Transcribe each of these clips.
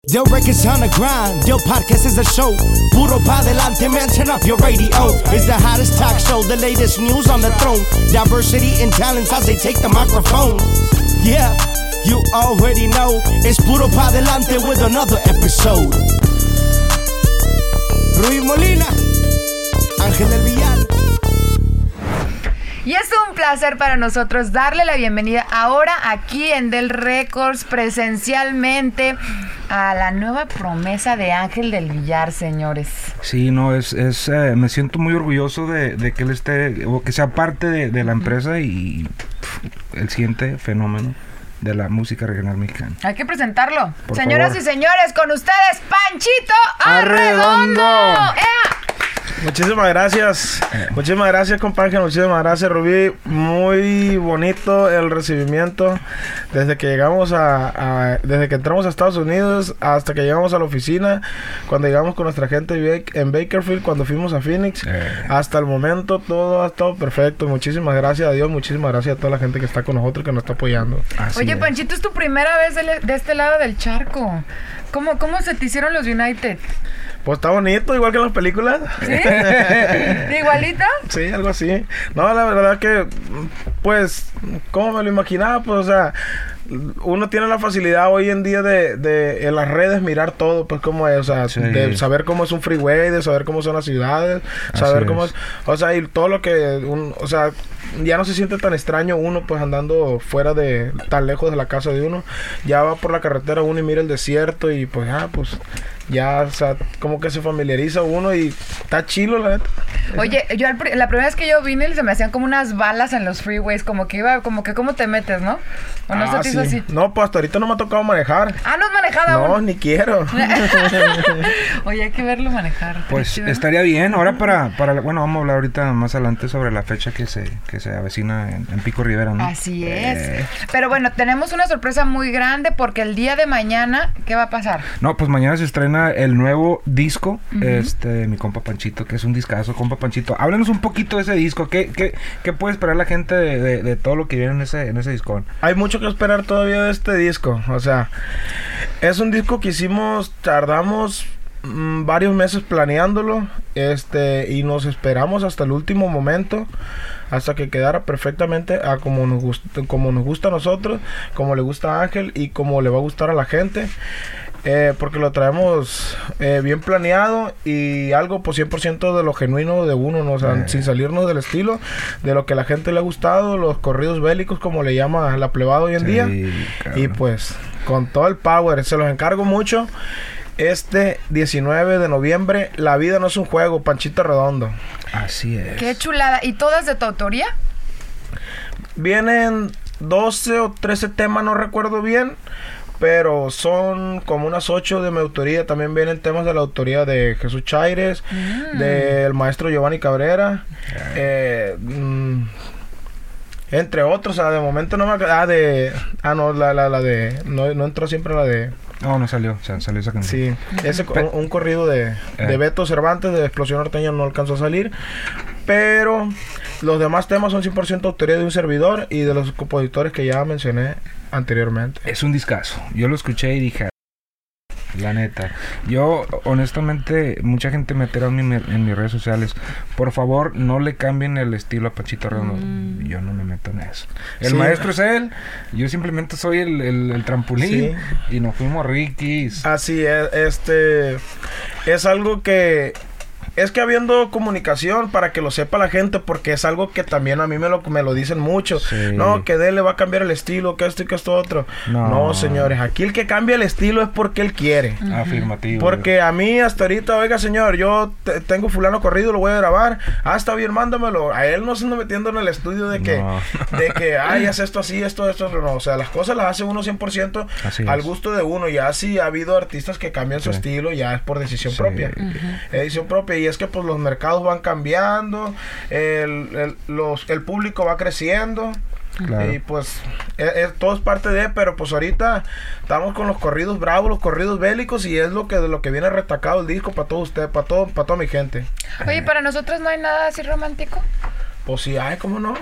Del records on the grind, Del podcast is the show. Puro pa' delante, man, turn up your radio. It's the hottest talk show, the latest news on the throne. Diversity and talents as they take the microphone. Yeah, you already know. It's Puro pa' delante with another episode. Ruiz Molina, Ángel del Villar. Y es un placer para nosotros darle la bienvenida ahora aquí en Del Records presencialmente a la nueva promesa de Ángel del Villar, señores. Sí, no, me siento muy orgulloso de que él esté, o que sea parte de la empresa y el siguiente fenómeno de la música regional mexicana. Hay que presentarlo. Por Señoras favor. y señores, con ustedes, Panchito Arredondo. Muchísimas gracias, compadre, muchísimas gracias, Rubí. Muy bonito el recibimiento desde que llegamos desde que entramos a Estados Unidos hasta que llegamos a la oficina, cuando llegamos con nuestra gente en Bakersfield, cuando fuimos a Phoenix, hasta el momento todo ha estado perfecto. Muchísimas gracias a Dios, muchísimas gracias a toda la gente que está con nosotros, que nos está apoyando. Oye, Panchito, es tu primera vez de este lado del charco. ¿Cómo se te hicieron los United? Pues está bonito, igual que en las películas. ¿Sí? ¿Igualito? Sí, algo así. No, la verdad que, pues, como me lo imaginaba, pues, o sea, uno tiene la facilidad hoy en día de en las redes mirar todo, pues, cómo es, o sea, sí, de saber cómo es un freeway, de saber cómo son las ciudades, saber cómo es, o sea, y todo lo que, o sea, ya no se siente tan extraño uno, pues, andando fuera de, tan lejos de la casa de uno. Ya va por la carretera uno y mira el desierto y, pues, ya, o sea, como que se familiariza uno y está chilo, la neta. Oye, la primera vez que yo vine se me hacían como unas balas en los freeways, como que cómo te metes, ¿no? ¿O no se te hizo así? No, pues hasta ahorita no me ha tocado manejar. Ah, ¿no has manejado aún? No, ni quiero. Oye, hay que verlo manejar. Pues estaría bien, ahora bueno, vamos a hablar ahorita más adelante sobre la fecha que se avecina en Pico Rivera, ¿no? Así es. Pero bueno, tenemos una sorpresa muy grande porque el día de mañana, ¿qué va a pasar? No, pues mañana se estrena el nuevo disco, de mi compa Panchito, que es un discazo, compa Panchito. Háblanos un poquito de ese disco. ¿Qué puede esperar la gente de todo lo que viene en ese disco? Hay mucho que esperar todavía de este disco. O sea, es un disco que tardamos varios meses planeándolo, y nos esperamos hasta el último momento, hasta que quedara perfectamente como nos gusta a nosotros, como le gusta a Ángel y como le va a gustar a la gente. Porque lo traemos bien planeado y algo por 100% de lo genuino de uno, ¿no? O sea, sin salirnos del estilo, de lo que a la gente le ha gustado, los corridos bélicos, como le llama la plebada hoy en día. Cabrón. Y pues, con todo el power, se los encargo mucho. 19 de noviembre, La vida no es un juego, Panchito Arredondo. Así es. Qué chulada. ¿Y todas de tu autoría? Vienen 12 o 13 temas, no recuerdo bien, pero son como unas 8 de mi autoría. También vienen temas de la autoría de Jesús Chaires, del maestro Giovanni Cabrera, entre otros. O sea, de momento no me no entró siempre la de... No salió esa canción. Sí, un corrido de Beto Cervantes, de Explosión Norteña, no alcanzó a salir, pero los demás temas son 100% autoría de un servidor y de los compositores que ya mencioné anteriormente. Es un discazo. Yo lo escuché y dije, la neta. Yo, honestamente, mucha gente me entera en mis redes sociales. Por favor, no le cambien el estilo a Panchito Arredondo. Yo no me meto en eso. El maestro es él. Yo simplemente soy el trampolín. Sí. Y nos fuimos Ricky's. Así es. Es algo que... Es que habiendo comunicación para que lo sepa la gente, porque es algo que también a mí me lo dicen mucho. Sí. No, que le va a cambiar el estilo, que esto y que esto otro. No, señores, aquí el que cambia el estilo es porque él quiere. Afirmativo. Porque a mí hasta ahorita, oiga señor, yo tengo fulano corrido, lo voy a grabar. Está bien, mándamelo. A él no se anda metiendo en el estudio de que haz esto así, esto. No, o sea, las cosas las hace uno 100% al gusto de uno. Ya sí ha habido artistas que cambian su estilo, ya es por decisión propia. Decisión propia. Y es que pues los mercados van cambiando, el público va creciendo. Claro. Y pues todo es parte de, pero pues ahorita estamos con los corridos bravos, los corridos bélicos, y es de lo que viene retacado el disco para todos ustedes, para toda mi gente. Oye, para nosotros no hay nada así romántico. Pues sí hay, ¿cómo no?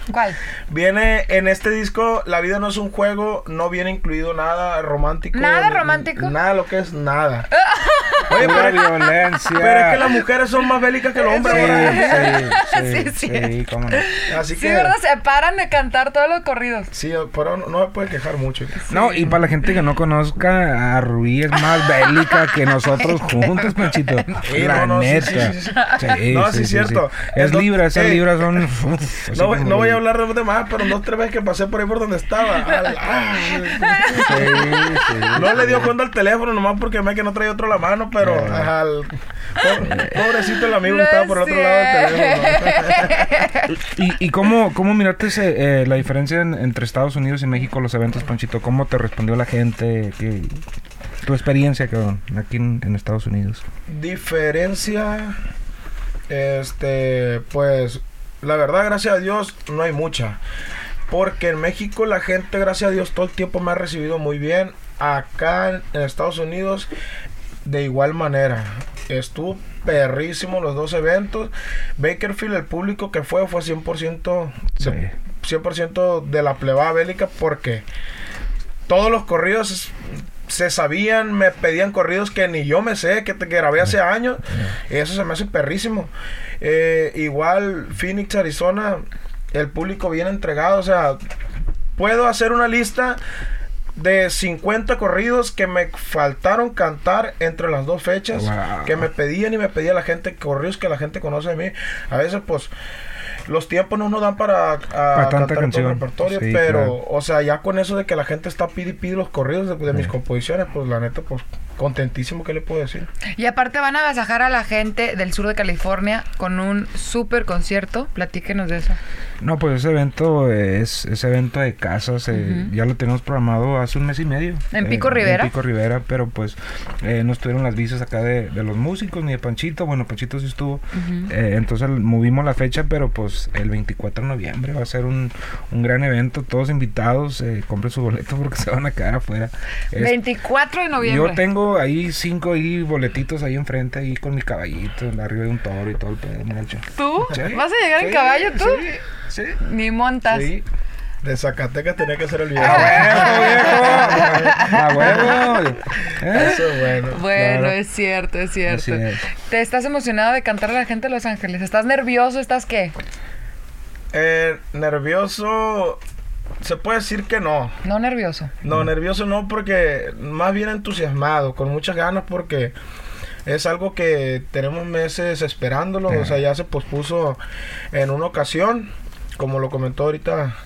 ¿Cuál? Viene en este disco, La vida no es un juego, no viene incluido nada romántico. ¿Nada romántico? Nada, lo que es nada. Oye, pura violencia. Pero es que las mujeres son más bélicas que los hombres. Sí, cómo no. Así Sí, que... ¿verdad? Se paran de cantar todos los corridos. Sí, pero no se puede quejar mucho. No, y para la gente que no conozca, a Rubí es más bélica que nosotros juntos, Panchito. Sí, La no, sí, neta. Sí, es cierto. Es Libra, esas libras son... No voy a hablar de más, pero 2 o 3 veces que pasé por ahí por donde estaba. No le dio cuenta al teléfono nomás porque me que no traía otro a la mano, pero pobrecito el amigo que estaba por el otro lado del teléfono. ¿Y cómo miraste la diferencia entre Estados Unidos y México los eventos, Panchito? ¿Cómo te respondió la gente? Tu experiencia, cabrón, aquí en Estados Unidos. Diferencia, pues, la verdad, gracias a Dios, no hay mucha. Porque en México la gente, gracias a Dios, todo el tiempo me ha recibido muy bien. Acá en Estados Unidos, de igual manera. Estuvo perrísimo los 2 eventos. Bakersfield, el público que fue 100%, 100% de la plebada bélica, porque todos los corridos se sabían, me pedían corridos que ni yo me sé, que grabé hace años. Eso se me hace perrísimo. Igual Phoenix, Arizona, el público bien entregado. O sea, puedo hacer una lista de 50 corridos que me faltaron cantar entre las 2 fechas. Wow. Que me pedían y me pedía la gente, corridos que la gente conoce de mí. A veces pues los tiempos no nos dan para cantar todo el repertorio, sí, pero claro. O sea, ya con eso de que la gente está pide los corridos de mis composiciones, pues la neta, pues contentísimo, ¿qué le puedo decir? Y aparte van a agasajar a la gente del sur de California con un súper concierto. Platíquenos de eso. No, pues ese evento es evento de casas. Ya lo tenemos programado hace 1 mes y medio. ¿En Pico Rivera? En Pico Rivera, pero pues no estuvieron las visas acá de los músicos ni de Panchito. Bueno, Panchito sí estuvo. Entonces movimos la fecha, pero pues el 24 de noviembre va a ser un gran evento. Todos invitados, compren su boleto porque se van a quedar afuera. 24 de noviembre. Yo tengo ahí 5 boletitos ahí enfrente, ahí con mi caballito, arriba de un toro y todo el pedo. ¿Tú? ¿Sí? ¿Vas a llegar en caballo tú? Sí. Ni montas. Sí. De Zacatecas tenía que ser el video. ¡A huevo! Eso es bueno. Bueno, claro. Es cierto. ¿Te estás emocionado de cantar a la gente de Los Ángeles? ¿Estás nervioso? ¿Estás qué? Nervioso... Se puede decir que no. No nervioso. No, nervioso no, porque más bien entusiasmado, con muchas ganas, porque es algo que tenemos meses esperándolo. O sea, ya se pospuso en una ocasión, como lo comentó ahorita.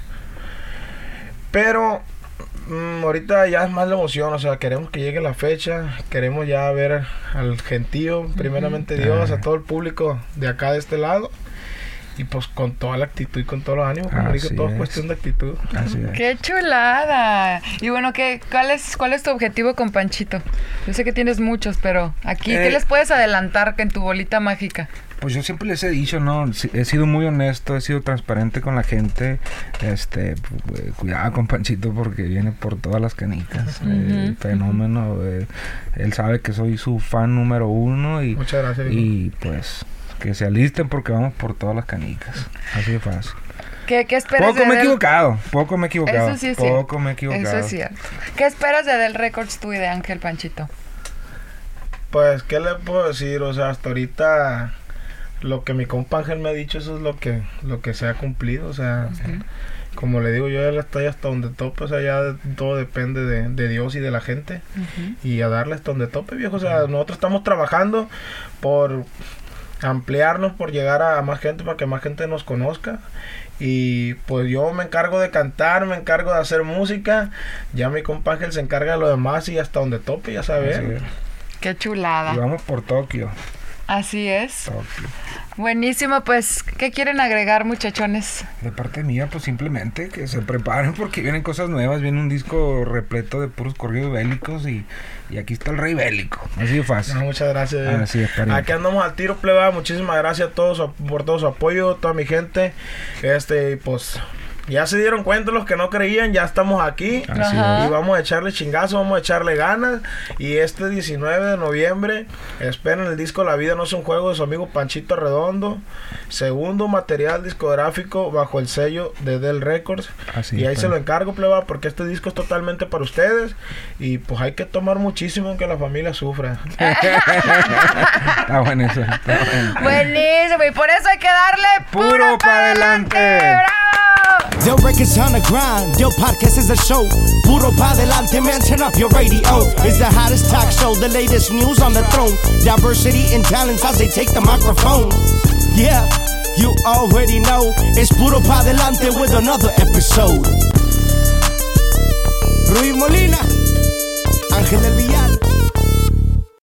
Pero ahorita ya es más la emoción, o sea, queremos que llegue la fecha, queremos ya ver al gentío, primeramente Dios, a todo el público de acá de este lado. Y pues con toda la actitud y con todos los ánimos, como digo, todo es cuestión de actitud. Así es. ¡Qué chulada! Y bueno, ¿cuál es tu objetivo con Panchito? Yo sé que tienes muchos, pero aquí, ¿qué les puedes adelantar en tu bolita mágica? Pues yo siempre les he dicho, ¿no? He sido muy honesto, he sido transparente con la gente. Cuidado con Panchito porque viene por todas las canicas. Fenómeno. Él sabe que soy su fan número 1 y... Muchas gracias. Y pues... que se alisten porque vamos por todas las canicas. Así de fácil. ¿Qué esperas Poco me he equivocado. Eso sí es Poco me he equivocado. Eso es cierto. ¿Qué esperas de Del Records tú y de Ángel, Panchito? Pues, ¿qué le puedo decir? O sea, hasta ahorita lo que mi compa Ángel me ha dicho, eso es lo que se ha cumplido. O sea, como le digo, yo ya estoy hasta donde tope. O sea, ya todo depende de Dios y de la gente. Y a darle hasta donde tope, viejo. O sea, nosotros estamos trabajando por ampliarnos, por llegar a más gente, para que más gente nos conozca. Y pues yo me encargo de cantar, me encargo de hacer música. Ya mi compa Ángel se encarga de lo demás y hasta donde tope, ya sabes. Qué chulada. Y vamos por Tokio. Así es. Tokio. Buenísimo, pues, ¿qué quieren agregar, muchachones? De parte mía, pues simplemente que se preparen porque vienen cosas nuevas, viene un disco repleto de puros corridos bélicos y aquí está el rey bélico, así de fácil. No, muchas gracias. Así es, aquí andamos al tiro, pleba, muchísimas gracias a todos por todo su apoyo, toda mi gente, pues Ya se dieron cuenta los que no creían, ya estamos aquí. Así y vamos a echarle chingazo, vamos a echarle ganas. Y este 19 de noviembre, esperen el disco La Vida No Es Un Juego de su amigo Panchito Redondo. Segundo material discográfico bajo el sello de Del Records. Así y ahí es, se lo encargo, pleba, porque este disco es totalmente para ustedes. Y pues hay que tomar muchísimo aunque la familia sufra. Está bueno eso. Buenísimo, y por eso hay que darle Puro pa' adelante. ¡Bravo! Del Records on the grind, Del Podcast is a show. Puro pa' adelante, man, turn up your radio. It's the hottest talk show, the latest news on the throne. Diversity and talents as they take the microphone. Yeah, you already know. It's Puro pa' adelante with another episode. Ruiz Molina, Ángel del Villar.